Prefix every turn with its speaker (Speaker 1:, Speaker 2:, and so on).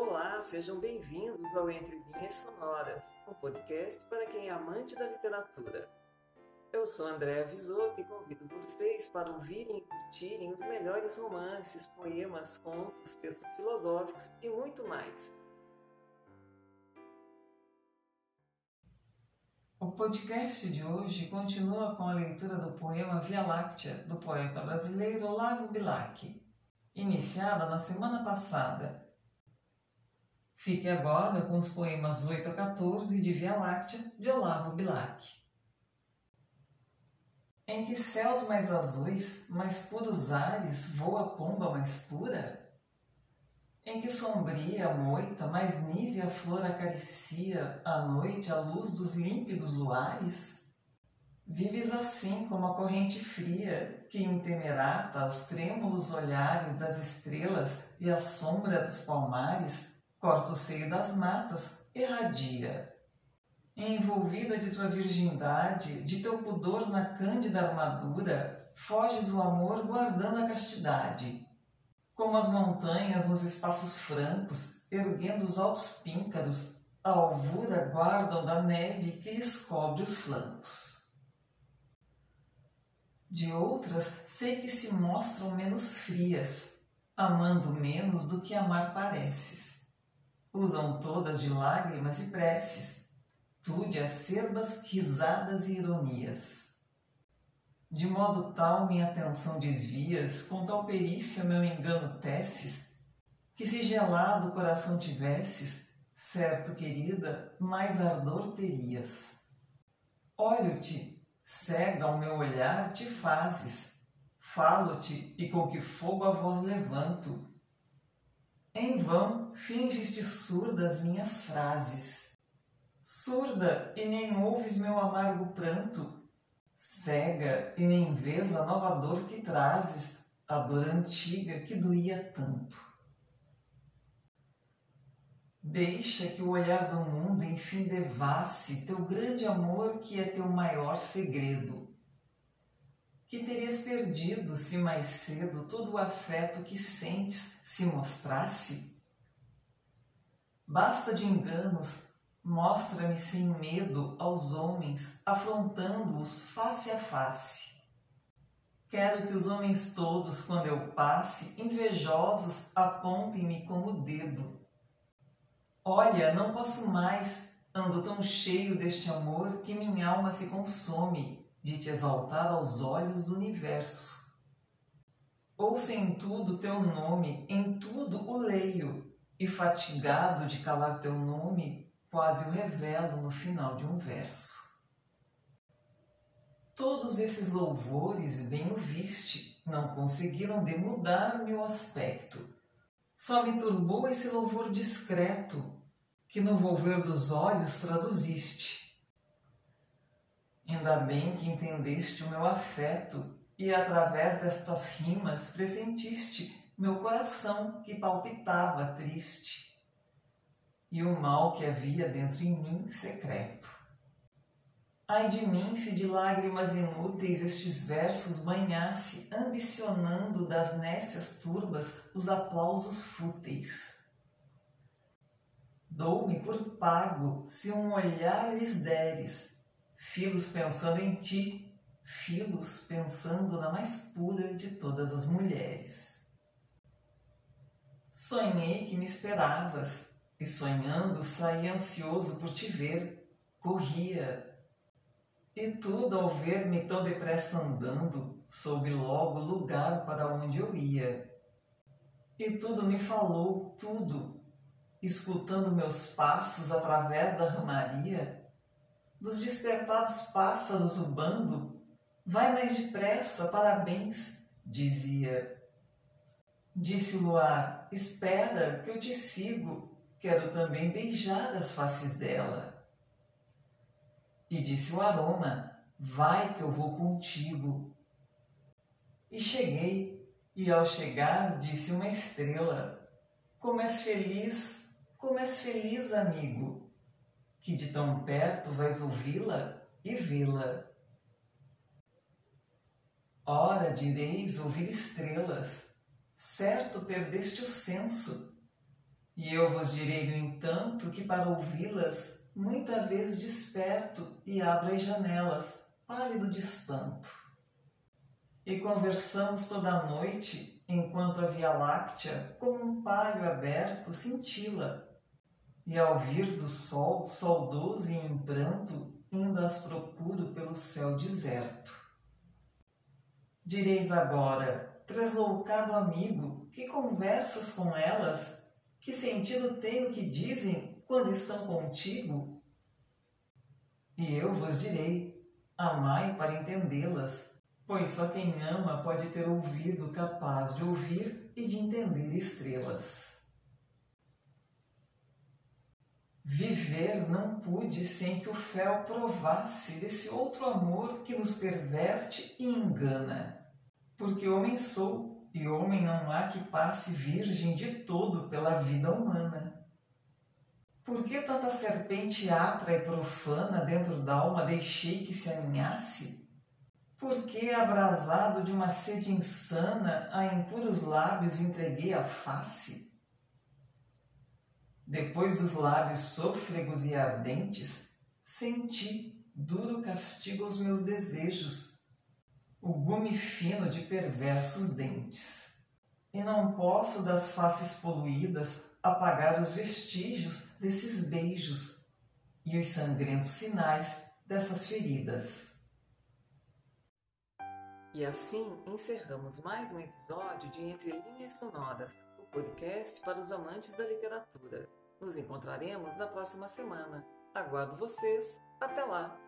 Speaker 1: Olá, sejam bem-vindos ao Entre Linhas Sonoras, um podcast para quem é amante da literatura. Eu sou Andréa Visoto e convido vocês para ouvirem e curtirem os melhores romances, poemas, contos, textos filosóficos e muito mais. O podcast de hoje continua com a leitura do poema Via Láctea, do poeta brasileiro Olavo Bilac, iniciada na semana passada. Fique agora com os poemas 8 a 14 de Via Láctea, de Olavo Bilac. Em que céus mais azuis, mais puros ares, voa a pomba mais pura? Em que sombria moita, mais nívea flor acaricia à noite a luz dos límpidos luares? Vives assim como a corrente fria, que intemerata aos trêmulos olhares das estrelas e à sombra dos palmares, corta o seio das matas, irradia. Envolvida de tua virgindade, de teu pudor na cândida armadura, foges o amor guardando a castidade. Como as montanhas nos espaços francos, erguendo os altos píncaros, a alvura guardam da neve que lhes cobre os flancos. De outras sei que se mostram menos frias, amando menos do que amar pareces. Usam todas de lágrimas e preces, tu de acerbas risadas e ironias. De modo tal minha atenção desvias, com tal perícia meu engano teces, que se gelado o coração tivesses, certo, querida, mais ardor terias. Olho-te, cega ao meu olhar te fazes, falo-te e com que fogo a voz levanto. Em vão finges-te surda as minhas frases. Surda e nem ouves meu amargo pranto, cega e nem vês a nova dor que trazes, a dor antiga que doía tanto. Deixa que o olhar do mundo enfim devasse teu grande amor que é teu maior segredo. Que terias perdido se mais cedo todo o afeto que sentes se mostrasse? Basta de enganos, mostra-me sem medo aos homens, afrontando-os face a face. Quero que os homens todos, quando eu passe, invejosos, apontem-me como dedo. Olha, não posso mais, ando tão cheio deste amor que minha alma se consome de te exaltar aos olhos do universo. Ouço em tudo teu nome, em tudo o leio, e fatigado de calar teu nome, quase o revelo no final de um verso. Todos esses louvores, bem o viste, não conseguiram demudar meu aspecto. Só me turbou esse louvor discreto, que no volver dos olhos traduziste. Ainda bem que entendeste o meu afeto e, através destas rimas, pressentiste meu coração que palpitava triste e o mal que havia dentro em mim secreto. Ai de mim se de lágrimas inúteis estes versos banhasse, ambicionando das nécias turbas os aplausos fúteis. Dou-me por pago se um olhar lhes deres, filos pensando em ti, filos pensando na mais pura de todas as mulheres. Sonhei que me esperavas, e sonhando saí ansioso por te ver, corria. E tudo ao ver-me tão depressa andando, soube logo o lugar para onde eu ia. E tudo me falou, tudo, escutando meus passos através da ramaria, dos despertados pássaros o bando, vai mais depressa, parabéns, dizia. Disse o luar, espera que eu te sigo, quero também beijar as faces dela. E disse o aroma, vai que eu vou contigo. E cheguei, e ao chegar disse uma estrela, como és feliz, amigo, que de tão perto vais ouvi-la e vê-la. Ora, direis ouvir estrelas, certo perdeste o senso. E eu vos direi, no entanto, que para ouvi-las, muita vez desperto e abro as janelas, pálido de espanto. E conversamos toda a noite, enquanto a Via Láctea, como um palho aberto, cintila. E ao vir do sol, saudoso e em pranto, indo as procuro pelo céu deserto. Direis agora, tresloucado amigo, que conversas com elas? Que sentido tem o que dizem quando estão contigo? E eu vos direi, amai para entendê-las, pois só quem ama pode ter ouvido capaz de ouvir e de entender estrelas. Viver não pude sem que o fel provasse desse outro amor que nos perverte e engana. Porque homem sou, e homem não há que passe virgem de todo pela vida humana. Por que tanta serpente atra e profana dentro d'alma deixei que se aninhasse? Por que, abrasado de uma sede insana, a impuros lábios entreguei a face? Depois dos lábios sôfregos e ardentes, senti duro castigo aos meus desejos, o gume fino de perversos dentes. E não posso das faces poluídas apagar os vestígios desses beijos e os sangrentos sinais dessas feridas. E assim encerramos mais um episódio de Entre Linhas Sonoras, o podcast para os amantes da literatura. Nos encontraremos na próxima semana. Aguardo vocês. Até lá!